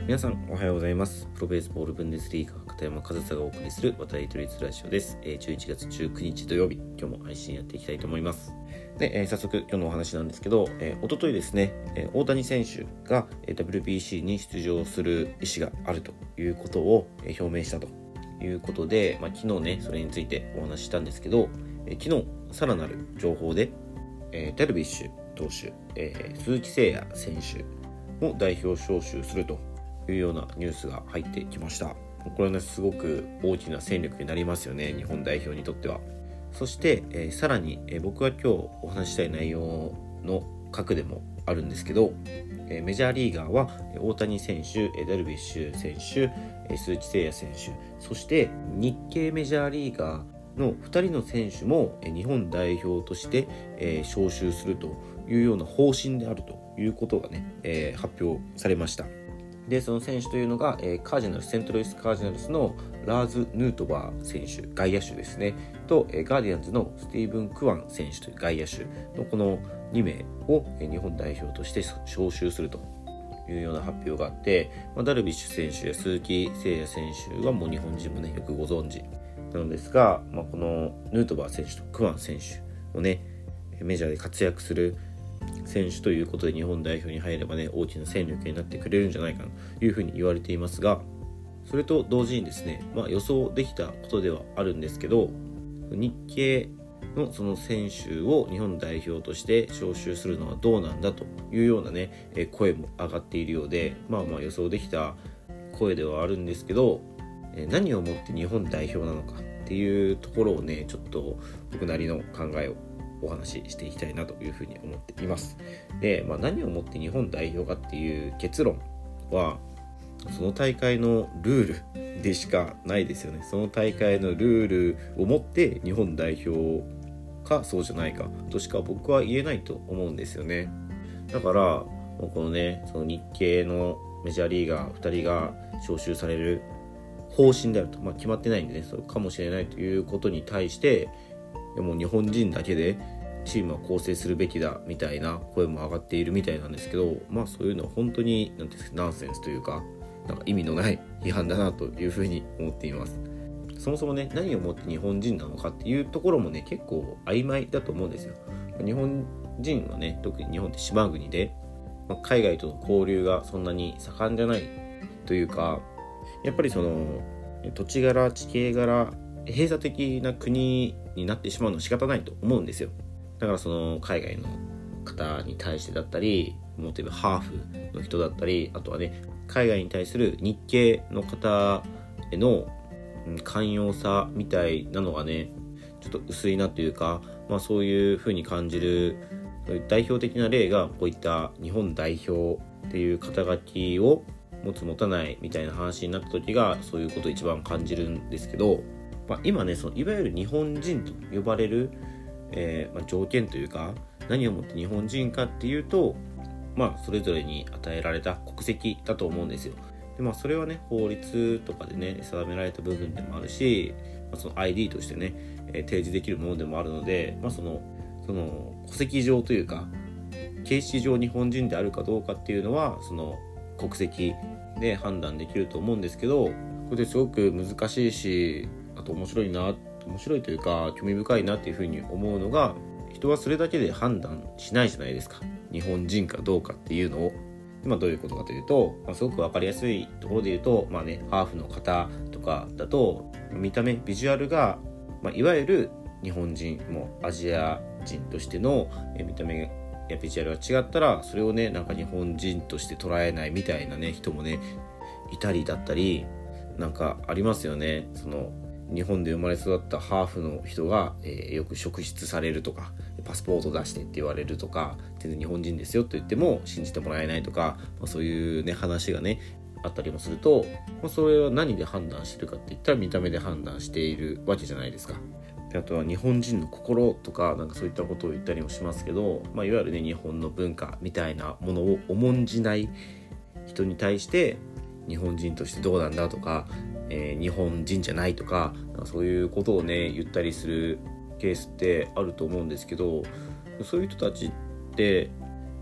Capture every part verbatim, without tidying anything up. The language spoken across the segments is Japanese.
皆さんおはようございます。プロベースボールブンデスリーガー片山和沙がお送りする渡り鳥ラジオです。じゅういちがつじゅうくにち土曜日、今日も配信やっていきたいと思います。で、えー、早速今日のお話なんですけど、えー、一昨日ですね、えー、大谷選手が ダブリュービーシー に出場する意思があるということを表明したということで、まあ、昨日ねそれについてお話ししたんですけど、えー、昨日さらなる情報で、えー、ダルビッシュ投手、えー、鈴木誠也選手も代表招集するというようなニュースが入ってきました。これはねすごく大きな戦力になりますよね、日本代表にとっては。そして、えー、さらに、えー、僕が今日お話したい内容の核でもあるんですけど、えー、メジャーリーガーは大谷選手、ダルビッシュ選手、えー、鈴木誠也選手、そして日系メジャーリーガーのふたりの選手も日本代表として、えー、招集するというような方針であるということがね、えー、発表されました。でその選手というのが、えー、カージナルスセントルイスカージナルスのラーズ・ヌートバー選手、外野手ですねと、えー、ガーディアンズのスティーブン・クワン選手という外野手のこのにめいを、えー、日本代表として招集するというような発表があって、まあ、ダルビッシュ選手や鈴木誠也選手はもう日本人もねよくご存知なのですが、まあ、このヌートバー選手とクワン選手をねメジャーで活躍する選手ということで日本代表に入ればね大きな戦力になってくれるんじゃないかというふうに言われていますが、それと同時にですね、まあ、予想できたことではあるんですけど、日系のその選手を日本代表として招集するのはどうなんだというようなね声も上がっているようで、まあまあ予想できた声ではあるんですけど、何をもって日本代表なのかっていうところをねちょっと僕なりの考えをお話ししていきたいなというふうに思っています。で、まあ、何をもって日本代表かっていう結論はその大会のルールでしかないですよね。その大会のルールをもって日本代表かそうじゃないかとしか僕は言えないと思うんですよね。だからこのねその日系のメジャーリーガーふたりが招集される方針であると、まあ、決まってないんでねそれかもしれないということに対してもう日本人だけでチームは構成するべきだみたいな声も上がっているみたいなんですけど、まあそういうのは本当になんていうんですか、ナンセンスというか、なんか意味のない批判だなというふうに思っています。そもそもね何をもって日本人なのかっていうところもね結構曖昧だと思うんですよ。日本人はね特に日本って島国で、まあ、海外との交流がそんなに盛んじゃないというか、やっぱりその土地柄地形柄閉鎖的な国になってしまうのは仕方ないと思うんですよ。だからその海外の方に対してだったり、もっと言えばハーフの人だったり、あとはね海外に対する日系の方への寛容さみたいなのがねちょっと薄いなというか、まあそういう風に感じる代表的な例がこういった日本代表っていう肩書きを持つ持たないみたいな話になった時がそういうことを一番感じるんですけど、まあ、今ねそのいわゆる日本人と呼ばれる、えーまあ、条件というか何をもって日本人かっていうと、まあそれぞれに与えられた国籍だと思うんですよ。で、まあ、それはね法律とかでね定められた部分でもあるし、まあ、その アイディー としてね、えー、提示できるものでもあるので、まあ、そのその戸籍上というか形式上日本人であるかどうかっていうのはその国籍で判断できると思うんですけど、これですごく難しいし、あと面白いな面白いというか興味深いなっていうふうに思うのが、人はそれだけで判断しないじゃないですか、日本人かどうかっていうのを。まあ、どういうことかというと、まあ、すごく分かりやすいところで言うと、まあね、ハーフの方とかだと見た目ビジュアルが、まあ、いわゆる日本人もアジア人としての見た目やビジュアルが違ったらそれをねなんか日本人として捉えないみたいなね人もねいたりだったりなんかありますよね。その日本で生まれ育ったハーフの人が、えー、よく職質されるとかパスポート出してって言われるとか、全然日本人ですよと言っても信じてもらえないとか、まあ、そういうね話がねあったりもすると、まあ、それは何で判断してるかって言ったら見た目で判断しているわけじゃないですか。であとは日本人の心とかなんかそういったことを言ったりもしますけど、まあ、いわゆるね日本の文化みたいなものを重んじない人に対して日本人としてどうなんだとか、えー、日本人じゃないとか、なんかそういうことをね言ったりするケースってあると思うんですけど、そういう人たちって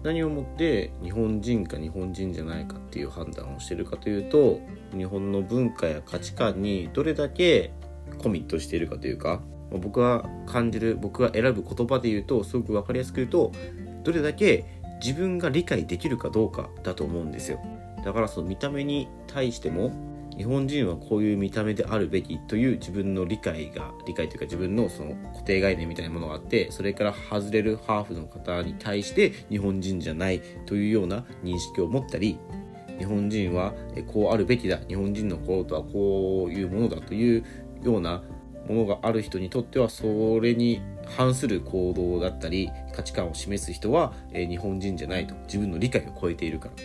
何をもって日本人か日本人じゃないかっていう判断をしているかというと、日本の文化や価値観にどれだけコミットしているかというか、僕が感じる、僕が選ぶ言葉で言うと、すごく分かりやすく言うと、どれだけ自分が理解できるかどうかだと思うんですよ。だからその見た目に対しても、日本人はこういう見た目であるべきという自分の理解が理解というか自分のその固定概念みたいなものがあって、それから外れるハーフの方に対して日本人じゃないというような認識を持ったり、日本人はこうあるべきだ、日本人のことはこういうものだというようなものがある人にとっては、それに反する行動だったり価値観を示す人は日本人じゃないと、自分の理解を超えているから。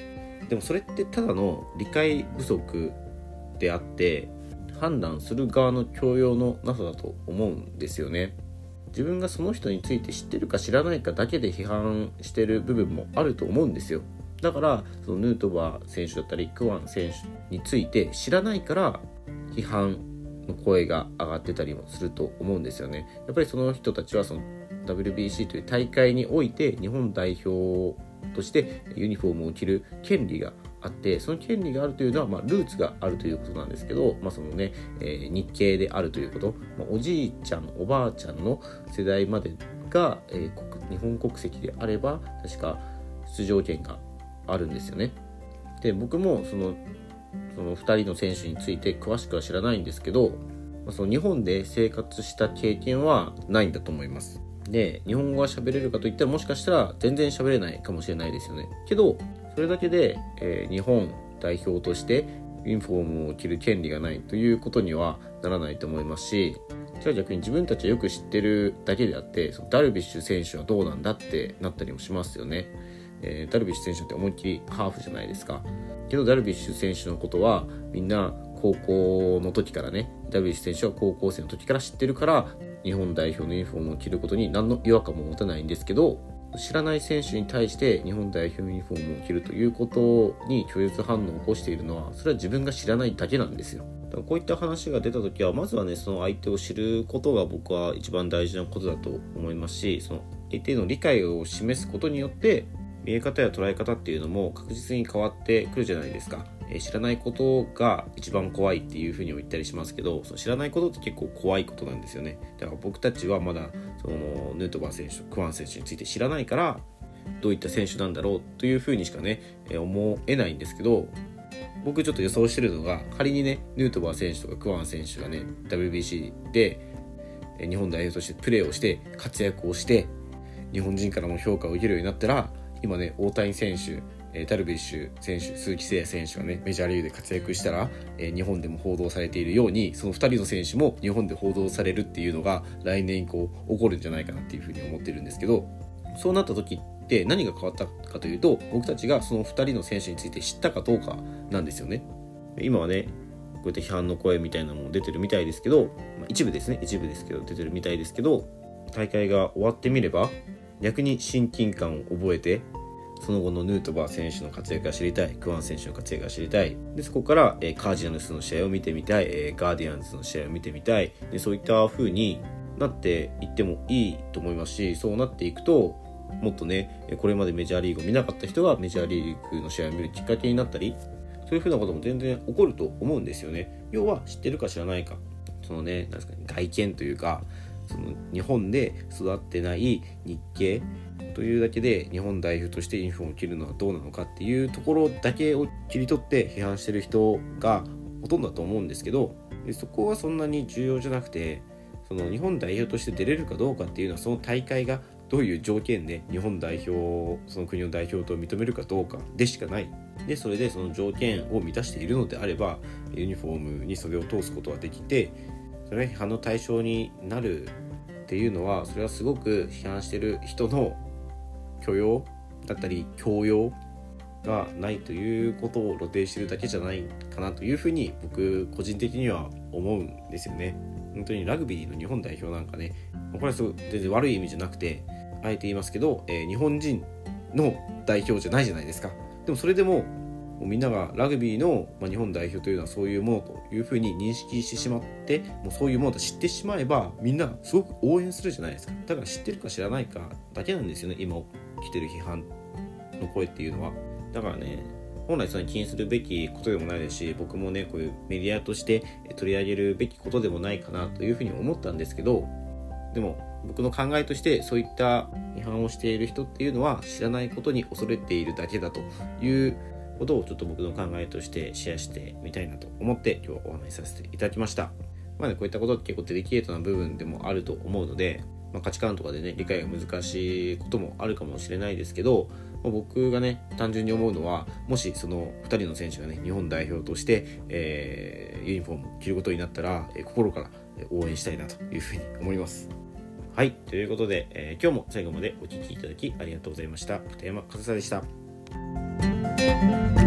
でもそれってただの理解不足であって、判断する側の教養のなさだと思うんですよね。自分がその人について知ってるか知らないかだけで批判してる部分もあると思うんですよ。だからそのヌートバー選手だったりクワン選手について知らないから批判の声が上がってたりもすると思うんですよね。やっぱりその人たちはその ダブリュービーシー という大会において日本代表としてユニフォームを着る権利があって、その権利があるというのは、まあ、ルーツがあるということなんですけど、まあそのねえー、日系であるということ、まあ、おじいちゃんおばあちゃんの世代までが、えー、国日本国籍であれば確か出場権があるんですよね。で僕もそのそのふたりの選手について詳しくは知らないんですけど、まあ、その日本で生活した経験はないんだと思います。で日本語が喋れるかといったらもしかしたら全然喋れないかもしれないですよね。けどそれだけで、えー、日本代表としてユニフォームを着る権利がないということにはならないと思いますし、じゃあ逆に自分たちはよく知ってるだけであって、そのダルビッシュ選手はどうなんだってなったりもしますよね。えー、ダルビッシュ選手って思いっきりハーフじゃないですか。けどダルビッシュ選手のことはみんな高校の時からね、ダルビッシュ選手は高校生の時から知ってるから日本代表のユニフォームを着ることに何の違和感も持たないんですけど、知らない選手に対して日本代表ユニフォームを着るということに拒絶反応を起こしているのは、それは自分が知らないだけなんですよ。だからこういった話が出た時はまずはね、その相手を知ることが僕は一番大事なことだと思いますし、その相手の理解を示すことによって見え方や捉え方っていうのも確実に変わってくるじゃないですか。えー、知らないことが一番怖いっていうふうにも言ったりしますけど、その知らないことって結構怖いことなんですよね。だから僕たちはまだそのヌートバー選手とクワン選手について知らないから、どういった選手なんだろうというふうにしかね、えー、思えないんですけど、僕ちょっと予想してるのが、仮にねヌートバー選手とかクワン選手がね ダブリュービーシー で日本代表としてプレーをして活躍をして日本人からも評価を受けるようになったら、今ね大谷選手、ダルビッシュ選手、鈴木誠也選手がねメジャーリーグで活躍したら、日本でも報道されているように、そのふたりの選手も日本で報道されるっていうのが来年以降起こるんじゃないかなっていうふうに思ってるんですけど、そうなった時って何が変わったかというと、僕たちがそのふたりの選手について知ったかどうかなんですよね。今はねこういった批判の声みたいなのも出てるみたいですけど、まあ、一部ですね一部ですけど出てるみたいですけど、大会が終わってみれば逆に親近感を覚えて、その後のヌートバー選手の活躍が知りたい、クワン選手の活躍が知りたい、でそこから、えー、カージナルスの試合を見てみたい、えー、ガーディアンズの試合を見てみたい、でそういった風になっていってもいいと思いますし、そうなっていくともっとねこれまでメジャーリーグを見なかった人がメジャーリーグの試合を見るきっかけになったり、そういう風なことも全然起こると思うんですよね。要は知ってるか知らないか、そのねなんですかね、外見というか、その日本で育ってない日系というだけで日本代表としてユニフォームを着るのはどうなのかっていうところだけを切り取って批判してる人がほとんどだと思うんですけど、でそこはそんなに重要じゃなくて、その日本代表として出れるかどうかっていうのはその大会がどういう条件で日本代表、その国の代表と認めるかどうかでしかない。でそれでその条件を満たしているのであればユニフォームに袖を通すことはできて、それが批判の対象になるっていうのは、それはすごく批判してる人の許容だったり教養がないということを露呈してるだけじゃないかなというふうに僕個人的には思うんですよね。本当にラグビーの日本代表なんかね、これはすごい全然悪い意味じゃなくてあえて言いますけど、えー、日本人の代表じゃないじゃないですか。でもそれでももうみんながラグビーの、まあ、日本代表というのはそういうものというふうに認識してしまって、もうそういうものと知ってしまえばみんなすごく応援するじゃないですか。だから知ってるか知らないかだけなんですよね、今起きてる批判の声っていうのは。だからね、本来そんなに気にするべきことでもないですし、僕もねこういうメディアとして取り上げるべきことでもないかなというふうに思ったんですけど、でも僕の考えとしてそういった批判をしている人っていうのは知らないことに恐れているだけだということをちょっと僕の考えとしてシェアしてみたいなと思って今日はお話しさせていただきました。まあね、こういったことって結構デリケートな部分でもあると思うので、まあ、価値観とかでね理解が難しいこともあるかもしれないですけど、まあ、僕がね単純に思うのは、もしそのふたりの選手がね日本代表として、えー、ユニフォームを着ることになったら、えー、心から応援したいなというふうに思います。はい、ということで、えー、今日も最後までお聞きいただきありがとうございました。片山和沙でした。